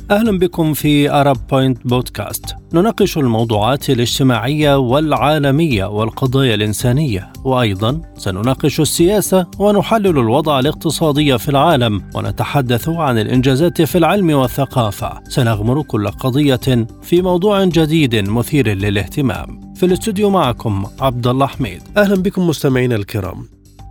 أهلا بكم في أرب بوينت بودكاست. نناقش الموضوعات الاجتماعية والعالمية والقضايا الإنسانية، وأيضا سنناقش السياسة ونحلل الوضع الاقتصادي في العالم، ونتحدث عن الإنجازات في العلم والثقافة. سنغمر كل قضية في موضوع جديد مثير للاهتمام. في الاستوديو معكم عبد الله حميد. أهلا بكم مستمعينا الكرام.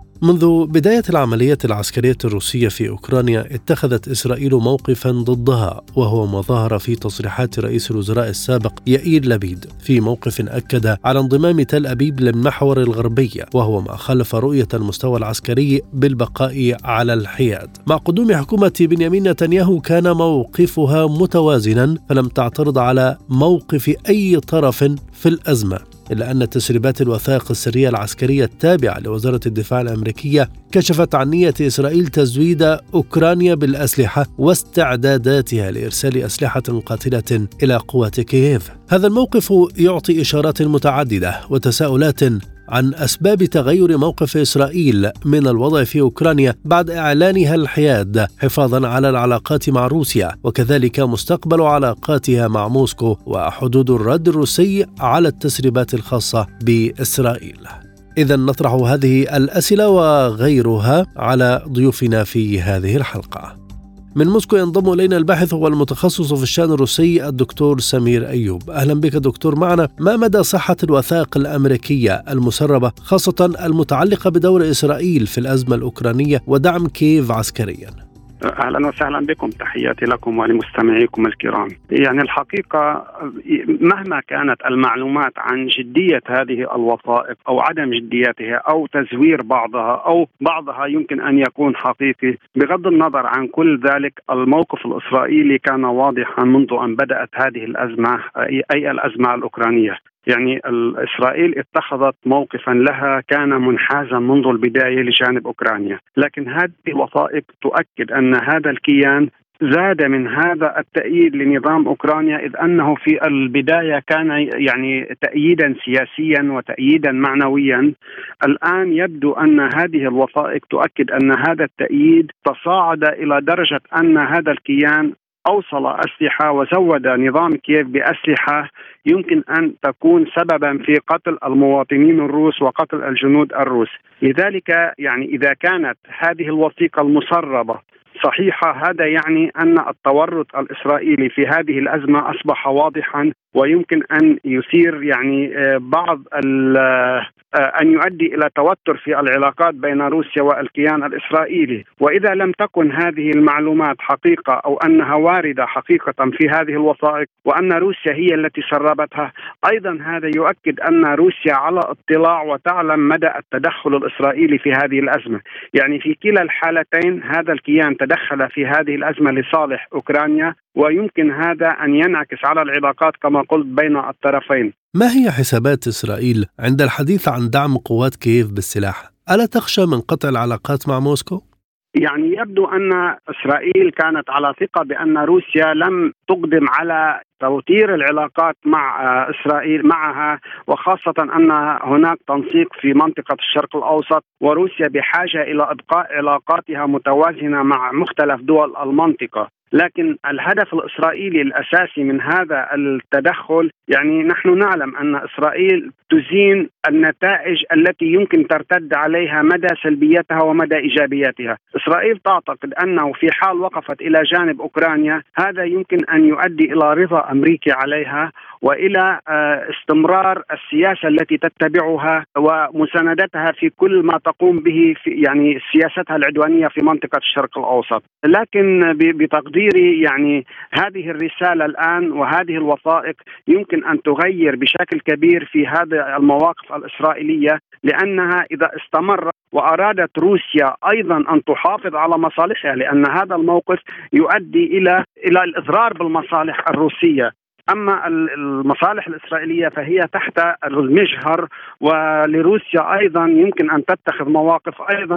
منذ بداية العملية العسكرية الروسية في أوكرانيا اتخذت إسرائيل موقفا ضدها، وهو ما ظهر في تصريحات رئيس الوزراء السابق يائير لبيد في موقف أكد على انضمام تل أبيب للمحور الغربي، وهو ما خالف رؤية المستوى العسكري بالبقاء على الحياد. مع قدوم حكومة بنيامين نتنياهو كان موقفها متوازنا، فلم تعترض على موقف أي طرف في الأزمة، إلا أن تسريبات الوثائق السرية العسكرية التابعة لوزارة الدفاع الأمريكية كشفت عن نية إسرائيل تزويد أوكرانيا بالأسلحة واستعداداتها لإرسال أسلحة قاتلة إلى قوات كييف. هذا الموقف يعطي إشارات متعددة وتساؤلات عن أسباب تغير موقف إسرائيل من الوضع في أوكرانيا بعد إعلانها الحياد، حفاظا على العلاقات مع روسيا، وكذلك مستقبل علاقاتها مع موسكو وحدود الرد الروسي على التسريبات الخاصة بإسرائيل. إذن نطرح هذه الأسئلة وغيرها على ضيوفنا في هذه الحلقة. من موسكو ينضم إلينا الباحث والمتخصص في الشأن الروسي الدكتور سمير أيوب. أهلا بك دكتور معنا. ما مدى صحة الوثائق الأمريكية المسربة، خاصة المتعلقة بدور إسرائيل في الأزمة الأوكرانية ودعم كييف عسكريا؟ أهلا وسهلا بكم، تحياتي لكم ولمستمعيكم الكرام. يعني الحقيقة مهما كانت المعلومات عن جدية هذه الوثائق أو عدم جديتها أو تزوير بعضها أو بعضها يمكن أن يكون حقيقي، بغض النظر عن كل ذلك الموقف الإسرائيلي كان واضحا منذ أن بدأت هذه الأزمة، أي الأزمة الأوكرانية. يعني إسرائيل اتخذت موقفا لها كان منحازا منذ البداية لجانب أوكرانيا، لكن هذه الوثائق تؤكد أن هذا الكيان زاد من هذا التأييد لنظام أوكرانيا، إذ أنه في البداية كان يعني تأييدا سياسيا وتأييدا معنويا. الآن يبدو أن هذه الوثائق تؤكد أن هذا التأييد تصاعد إلى درجة أن هذا الكيان أوصل أسلحة وزود نظام كييف بأسلحة يمكن أن تكون سببا في قتل المواطنين الروس وقتل الجنود الروس. لذلك يعني إذا كانت هذه الوثيقة المسربة صحيحة، هذا يعني أن التورط الإسرائيلي في هذه الأزمة أصبح واضحا، ويمكن أن يثير يعني أن يؤدي إلى توتر في العلاقات بين روسيا والكيان الإسرائيلي. وإذا لم تكن هذه المعلومات حقيقة أو أنها واردة حقيقة في هذه الوثائق وأن روسيا هي التي سربتها، أيضا هذا يؤكد أن روسيا على اطلاع وتعلم مدى التدخل الإسرائيلي في هذه الأزمة. يعني في كلا الحالتين هذا الكيان تدخل في هذه الأزمة لصالح أوكرانيا، ويمكن هذا أن ينعكس على العلاقات كما قلت بين الطرفين. ما هي حسابات إسرائيل عند الحديث عن دعم قوات كييف بالسلاح؟ ألا تخشى من قطع العلاقات مع موسكو؟ يعني يبدو أن إسرائيل كانت على ثقة بأن روسيا لم تقدم على توتير العلاقات مع إسرائيل معها، وخاصة أن هناك تنسيق في منطقة الشرق الأوسط، وروسيا بحاجة إلى إبقاء علاقاتها متوازنة مع مختلف دول المنطقة. لكن الهدف الإسرائيلي الأساسي من هذا التدخل، يعني نحن نعلم أن إسرائيل تزين النتائج التي يمكن ترتد عليها مدى سلبيتها ومدى إيجابيتها. إسرائيل تعتقد أنه في حال وقفت إلى جانب أوكرانيا هذا يمكن أن يؤدي إلى رضا أمريكي عليها وإلى استمرار السياسة التي تتبعها ومساندتها في كل ما تقوم به في يعني سياستها العدوانية في منطقة الشرق الأوسط. لكن بتقديري يعني هذه الرسالة الآن وهذه الوثائق يمكن أن تغير بشكل كبير في هذه المواقف الإسرائيلية، لأنها إذا استمرت وأرادت روسيا أيضا أن تحافظ على مصالحها، لأن هذا الموقف يؤدي إلى الإضرار بالمصالح الروسية. أما المصالح الإسرائيلية فهي تحت المجهر، ولروسيا أيضا يمكن أن تتخذ مواقف أيضا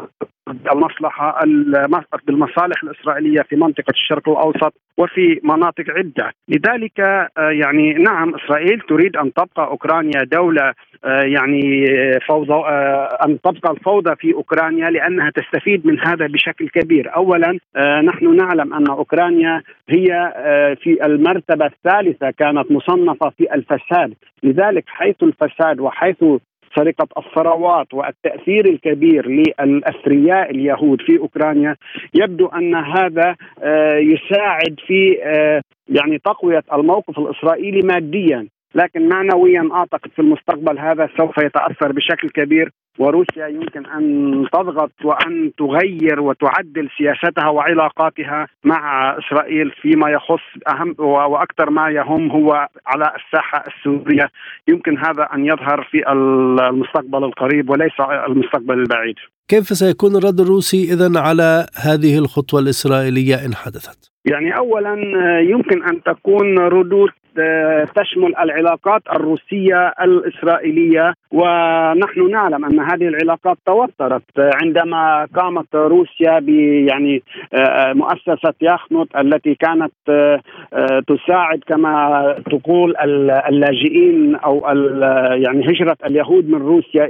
بالمصالح الإسرائيلية في منطقة الشرق الأوسط وفي مناطق عدة. لذلك يعني نعم، إسرائيل تريد أن تبقى أوكرانيا دولة يعني فوضى، أن تبقى الفوضى في أوكرانيا لأنها تستفيد من هذا بشكل كبير. أولا نحن نعلم أن أوكرانيا هي في المرتبة الثالثة كانت مصنفة في الفساد، لذلك حيث الفساد وحيث سرقة الثروات والتأثير الكبير للأثرياء اليهود في أوكرانيا، يبدو أن هذا يساعد في يعني تقوية الموقف الإسرائيلي ماديا، لكن معنويا أعتقد في المستقبل هذا سوف يتأثر بشكل كبير، وروسيا يمكن أن تضغط وأن تغير وتعدل سياستها وعلاقاتها مع إسرائيل فيما يخص أهم وأكثر ما يهم هو على الساحة السورية. يمكن هذا أن يظهر في المستقبل القريب وليس المستقبل البعيد. كيف سيكون الرد الروسي إذن على هذه الخطوة الإسرائيلية إن حدثت؟ يعني أولا يمكن أن تكون ردود تشمل العلاقات الروسية الإسرائيلية، ونحن نعلم أن هذه العلاقات توترت عندما قامت روسيا يعني مؤسسة يخنوت التي كانت تساعد كما تقول اللاجئين أو يعني هجرة اليهود من روسيا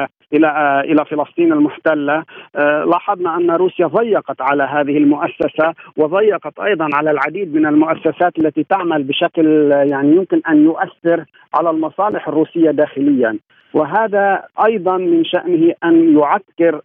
إلى فلسطين المحتلة. لاحظنا أن روسيا ضيقت على هذه المؤسسة وضيقت أيضا على العديد من المؤسسات التي تعمل بشكل يعني يمكن أن يؤثر على المصالح الروسية داخليا، وهذا أيضا من شأنه أن يعكر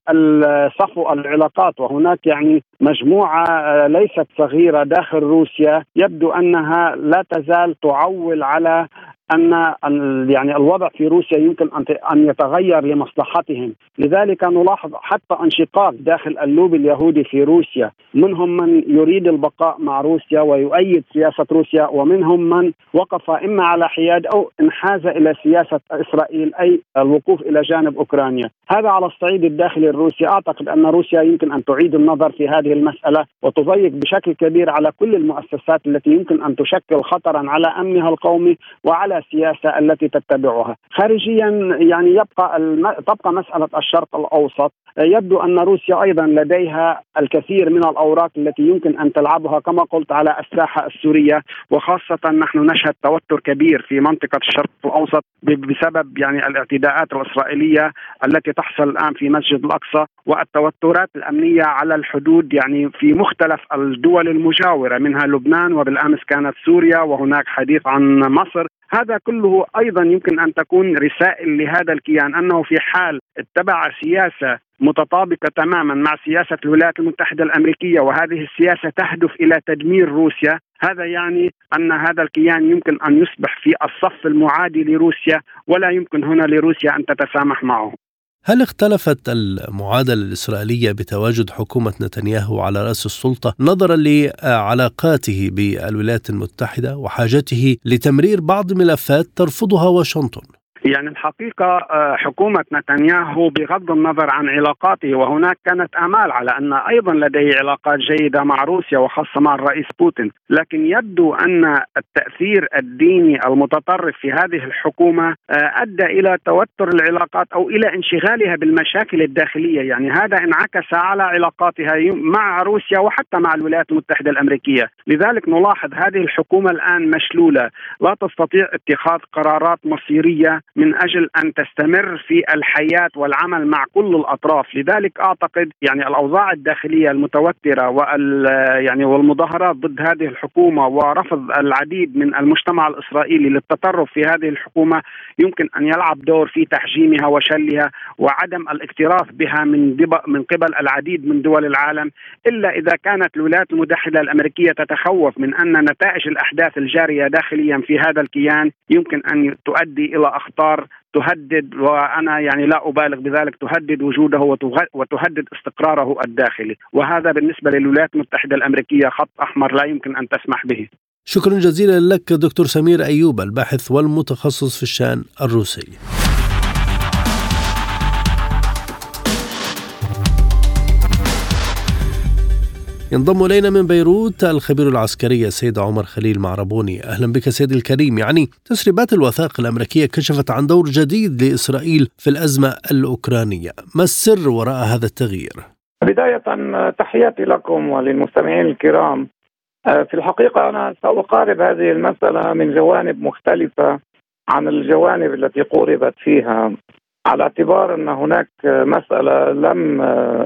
صفو العلاقات. وهناك يعني مجموعة ليست صغيرة داخل روسيا يبدو أنها لا تزال تعول على أن يعني الوضع في روسيا يمكن أن يتغير لمصلحتهم. لذلك نلاحظ حتى انشقاق داخل اللوبي اليهودي في روسيا، منهم من يريد البقاء مع روسيا ويؤيد سياسة روسيا، ومنهم من وقف إما على حياد أو انحاز إلى سياسة إسرائيل، أي الوقوف إلى جانب أوكرانيا. هذا على الصعيد الداخلي الروسي. أعتقد أن روسيا يمكن أن تعيد النظر في هذه المسألة وتضيق بشكل كبير على كل المؤسسات التي يمكن أن تشكل خطرا على أمنها القومي وعلى السياسة التي تتبعها. خارجيا يعني تبقى مسألة الشرق الأوسط. يبدو أن روسيا أيضا لديها الكثير من الأوراق التي يمكن أن تلعبها كما قلت على الساحة السورية، وخاصة نحن نشهد توتر كبير في منطقة الشرق الأوسط بسبب يعني الاعتداءات الإسرائيلية التي تحصل الآن في مسجد الأقصى، والتوترات الأمنية على الحدود يعني في مختلف الدول المجاورة منها لبنان، وبالأمس كانت سوريا، وهناك حديث عن مصر. هذا كله أيضا يمكن أن تكون رسائل لهذا الكيان أنه في حال اتبع سياسة متطابقة تماما مع سياسة الولايات المتحدة الأمريكية، وهذه السياسة تهدف إلى تدمير روسيا، هذا يعني أن هذا الكيان يمكن أن يصبح في الصف المعادي لروسيا، ولا يمكن هنا لروسيا أن تتسامح معه. هل اختلفت المعادلة الإسرائيلية بتواجد حكومة نتنياهو على رأس السلطة نظرا لعلاقاته بالولايات المتحدة وحاجته لتمرير بعض ملفات ترفضها واشنطن؟ يعني الحقيقة حكومة نتنياهو بغض النظر عن علاقاته، وهناك كانت آمال على أن أيضا لديه علاقات جيدة مع روسيا وخاصة مع الرئيس بوتين، لكن يبدو أن التأثير الديني المتطرف في هذه الحكومة أدى إلى توتر العلاقات أو إلى انشغالها بالمشاكل الداخلية. يعني هذا انعكس على علاقاتها مع روسيا وحتى مع الولايات المتحدة الأمريكية. لذلك نلاحظ هذه الحكومة الآن مشلولة، لا تستطيع اتخاذ قرارات مصيرية من أجل أن تستمر في الحياة والعمل مع كل الأطراف. لذلك أعتقد يعني الأوضاع الداخلية المتوترة والمظاهرات ضد هذه الحكومة ورفض العديد من المجتمع الإسرائيلي للتطرف في هذه الحكومة يمكن أن يلعب دور في تحجيمها وشلها وعدم الاكتراث بها من قبل العديد من دول العالم، إلا إذا كانت الولايات المتحدة الأمريكية تتخوف من أن نتائج الأحداث الجارية داخليا في هذا الكيان يمكن أن تؤدي إلى أخطار تهدد، وأنا يعني لا أبالغ بذلك، تهدد وجوده وتهدد استقراره الداخلي، وهذا بالنسبة للولايات المتحدة الأمريكية خط أحمر لا يمكن أن تسمح به. شكرا جزيلا لك دكتور سمير أيوب، الباحث والمتخصص في الشأن الروسي. ينضم إلينا من بيروت الخبير العسكري السيد عمر خليل معربوني. أهلا بك سيد الكريم. يعني تسريبات الوثائق الأمريكية كشفت عن دور جديد لإسرائيل في الأزمة الأوكرانية، ما السر وراء هذا التغيير؟ بداية تحياتي لكم وللمستمعين الكرام. في الحقيقة أنا سأقارب هذه المسألة من جوانب مختلفة عن الجوانب التي قوربت فيها، على اعتبار أن هناك مسألة لم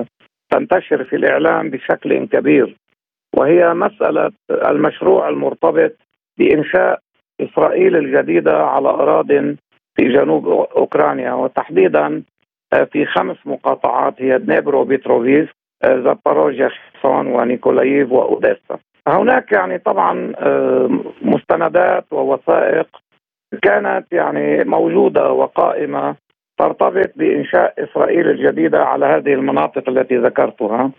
تنتشر في الإعلام بشكل كبير، وهي مسألة المشروع المرتبط بإنشاء إسرائيل الجديدة على أراضٍ في جنوب أوكرانيا، وتحديدا في 5 مقاطعات هي دنيبرو بيتروفيسك، زاباروجيا، خيرسون، ونيكولايف، وأوديسا. هناك يعني طبعا مستندات ووثائق كانت يعني موجودة وقائمة ترتبط بإنشاء إسرائيل الجديدة على هذه المناطق التي ذكرتها،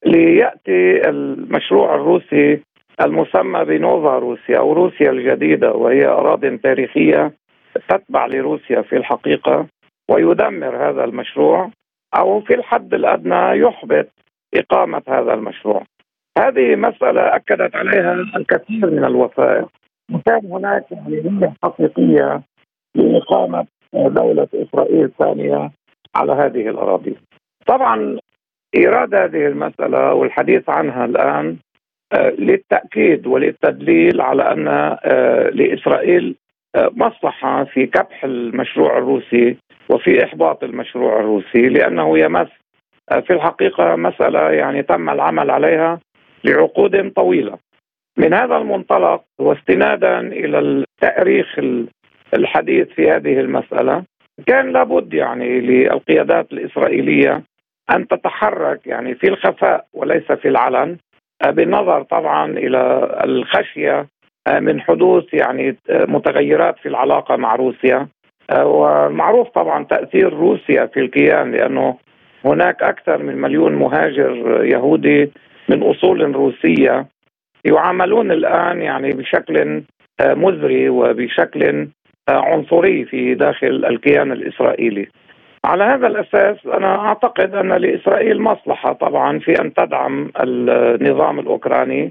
ليأتي المشروع الروسي المسمى بنوفا روسيا أو روسيا الجديدة، وهي أراضٍ تاريخية تتبع لروسيا في الحقيقة، ويدمر هذا المشروع أو في الحد الأدنى يحبط إقامة هذا المشروع. هذه مسألة أكدت عليها الكثير من الوثائق، وكان هناك نية حقيقية لإقامة دولة إسرائيل ثانية على هذه الأراضي. طبعا إيراد هذه المسألة والحديث عنها الآن للتأكيد وللتدليل على أن لإسرائيل مصلحة في كبح المشروع الروسي وفي إحباط المشروع الروسي، لأنه يمس في الحقيقة مسألة يعني تم العمل عليها لعقود طويلة. من هذا المنطلق واستنادا إلى التاريخ الحديث في هذه المسألة، كان لابد يعني للقيادات الإسرائيلية أن تتحرك يعني في الخفاء وليس في العلن، بالنظر طبعا إلى الخشية من حدوث يعني متغيرات في العلاقة مع روسيا. ومعروف طبعا تأثير روسيا في الكيان، لأنه هناك أكثر من 1,000,000 مهاجر يهودي من أصول روسية يعاملون الآن يعني بشكل مزري وبشكل عنصري في داخل الكيان الإسرائيلي. على هذا الأساس أنا أعتقد أن لإسرائيل مصلحة طبعا في أن تدعم النظام الأوكراني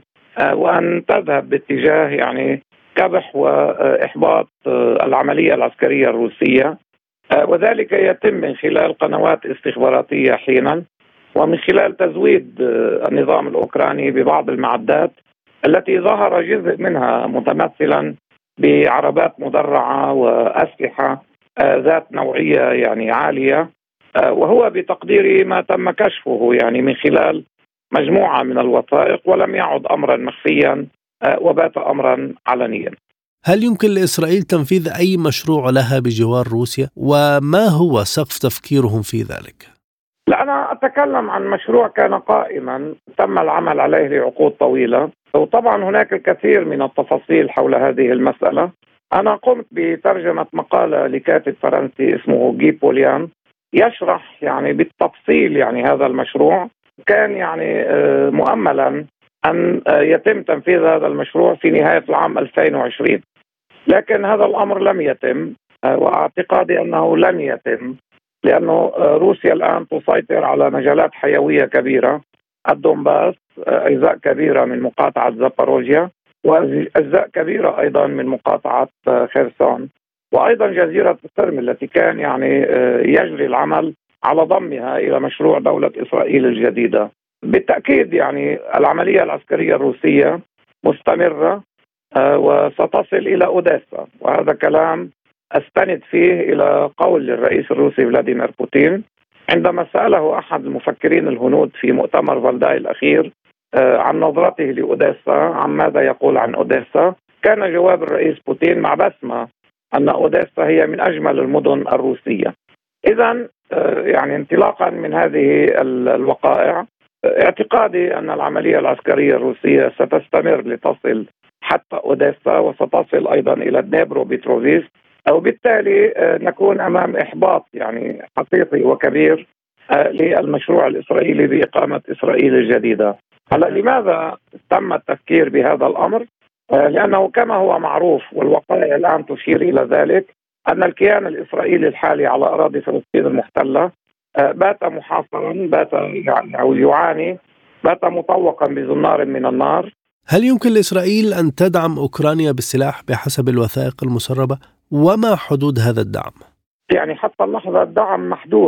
وأن تذهب باتجاه يعني كبح وإحباط العملية العسكرية الروسية، وذلك يتم من خلال قنوات استخباراتية حينا، ومن خلال تزويد النظام الأوكراني ببعض المعدات التي ظهر جزء منها متمثلا بعربات مدرعة وأسلحة ذات نوعية يعني عالية، وهو بتقديري ما تم كشفه يعني من خلال مجموعة من الوثائق، ولم يعد أمرا مخفيا وبات أمرا علنيا. هل يمكن لإسرائيل تنفيذ أي مشروع لها بجوار روسيا؟ وما هو سقف تفكيرهم في ذلك؟ لا، أنا أتكلم عن مشروع كان قائما تم العمل عليه لعقود طويلة، وطبعا هناك الكثير من التفاصيل حول هذه المسألة. أنا قمت بترجمة مقالة لكاتب فرنسي اسمه جي بوليان يشرح يعني بالتفصيل يعني هذا المشروع. كان يعني مؤملا أن يتم تنفيذ هذا المشروع في نهاية العام 2020، لكن هذا الأمر لم يتم، واعتقادي أنه لن يتم، لأنه روسيا الآن تسيطر على مجالات حيوية كبيرة، الدونباس، أجزاء كبيرة من مقاطعة زاباروجيا، وأجزاء كبيرة أيضا من مقاطعة خيرسون، وأيضا جزيرة القرم التي كان يعني يجري العمل على ضمها إلى مشروع دولة إسرائيل الجديدة. بالتأكيد يعني العملية العسكرية الروسية مستمرة وستصل إلى أوديسا، وهذا كلام أستند فيه إلى قول الرئيس الروسي فلاديمير بوتين عندما سأله أحد المفكرين الهنود في مؤتمر فالداي الأخير عن نظرته لأوديسا، عن ماذا يقول عن أوديسا. كان جواب الرئيس بوتين مع بسمة أن أوديسا هي من أجمل المدن الروسية. إذن يعني انطلاقا من هذه الوقائع، اعتقادي أن العملية العسكرية الروسية ستستمر لتصل حتى أوديسا، وستصل أيضا إلى دنيبرو بيتروفيسك، وبالتالي نكون أمام إحباط يعني حقيقي وكبير للمشروع الإسرائيلي بإقامة إسرائيل الجديدة. هلا لماذا تم التفكير بهذا الأمر؟ لأنه كما هو معروف والوقائع الآن تشير إلى ذلك، أن الكيان الإسرائيلي الحالي على أراضي فلسطين المحتلة بات محاصرا، بات يعني أو يعاني، بات مطوقا بزنار من النار. هل يمكن لإسرائيل أن تدعم أوكرانيا بالسلاح بحسب الوثائق المسربة؟ وما حدود هذا الدعم؟ يعني حتى اللحظة الدعم محدود،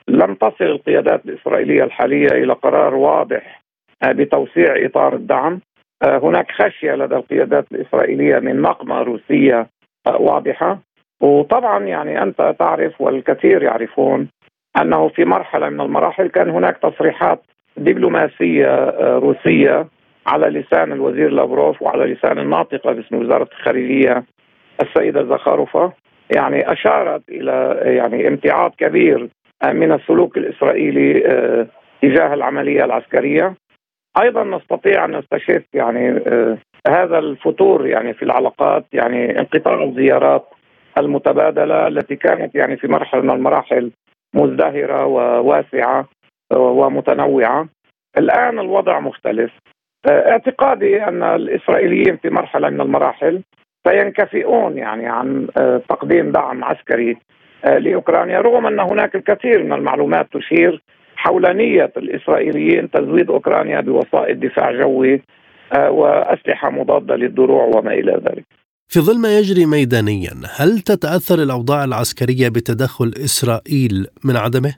لم تصل القيادات الإسرائيلية الحالية إلى قرار واضح بتوسيع إطار الدعم. هناك خشية لدى القيادات الإسرائيلية من نقمة روسية واضحة. وطبعا يعني أنت تعرف والكثير يعرفون أنه في مرحلة من المراحل كان هناك تصريحات دبلوماسية روسية على لسان الوزير لافروف وعلى لسان الناطقة باسم وزارة الخارجية السيدة زخاروفا، يعني أشارت إلى يعني امتعاض كبير من السلوك الإسرائيلي تجاه العملية العسكرية. أيضا نستطيع أن نستشف يعني هذا الفتور يعني في العلاقات، يعني انقطاع الزيارات المتبادلة التي كانت يعني في مرحلة من المراحل مزدهرة وواسعة ومتنوعة. الآن الوضع مختلف. اعتقادي أن الإسرائيليين في مرحلة من المراحل سينكفئون يعني عن تقديم دعم عسكري لأوكرانيا، رغم أن هناك الكثير من المعلومات تشير حول نية الإسرائيليين تزويد أوكرانيا بوسائل دفاع جوي وأسلحة مضادة للدروع وما إلى ذلك. في ظل ما يجري ميدانيا، هل تتأثر الأوضاع العسكرية بتدخل إسرائيل من عدمه؟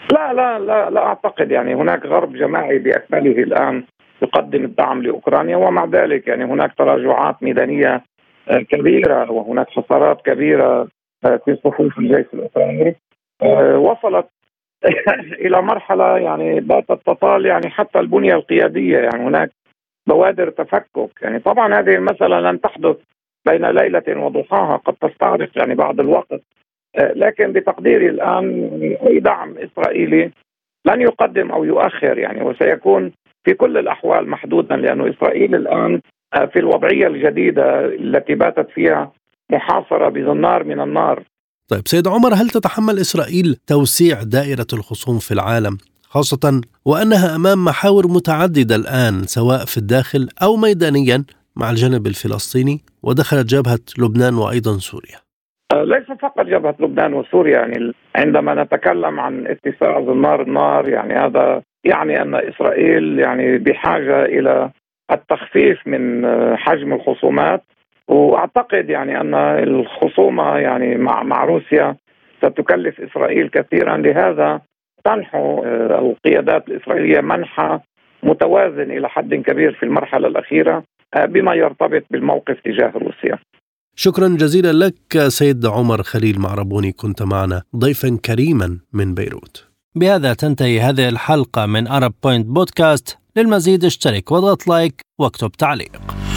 لا أعتقد. يعني هناك غرب جماعي بأكمله الآن يقدم الدعم لأوكرانيا، ومع ذلك يعني هناك تراجعات ميدانية كبيرة وهناك خسارات كبيرة في صفوف الجيش الأوكراني. وصلت إلى مرحلة يعني باتت تطال يعني حتى البنية القيادية. يعني هناك بوادر تفكك. يعني طبعا هذه المسألة لن تحدث بين ليلة وضحاها، قد تستغرق يعني بعض الوقت، لكن بتقديري الآن أي دعم إسرائيلي لن يقدم أو يؤخر يعني، وسيكون في كل الأحوال محدودا، لأن إسرائيل الآن في الوضعية الجديدة التي باتت فيها محاصرة بزنار من النار. طيب سيد عمر، هل تتحمل إسرائيل توسيع دائرة الخصوم في العالم، خاصة وأنها أمام محاور متعددة الآن سواء في الداخل أو ميدانيا مع الجانب الفلسطيني، ودخلت جبهة لبنان وأيضا سوريا؟ ليس فقط جبهة لبنان وسوريا. يعني عندما نتكلم عن اتساع زنار النار، يعني هذا يعني أن إسرائيل يعني بحاجة إلى التخفيف من حجم الخصومات. وأعتقد يعني أن الخصومة يعني مع روسيا ستكلف إسرائيل كثيرا، لهذا تنحو القيادات الإسرائيلية منحى متوازن إلى حد كبير في المرحلة الأخيرة بما يرتبط بالموقف تجاه روسيا. شكرا جزيلا لك سيد عمر خليل معربوني، كنت معنا ضيفا كريما من بيروت. بهذا تنتهي هذه الحلقة من Arab Point بودكاست. للمزيد اشترك واضغط لايك واكتب تعليق.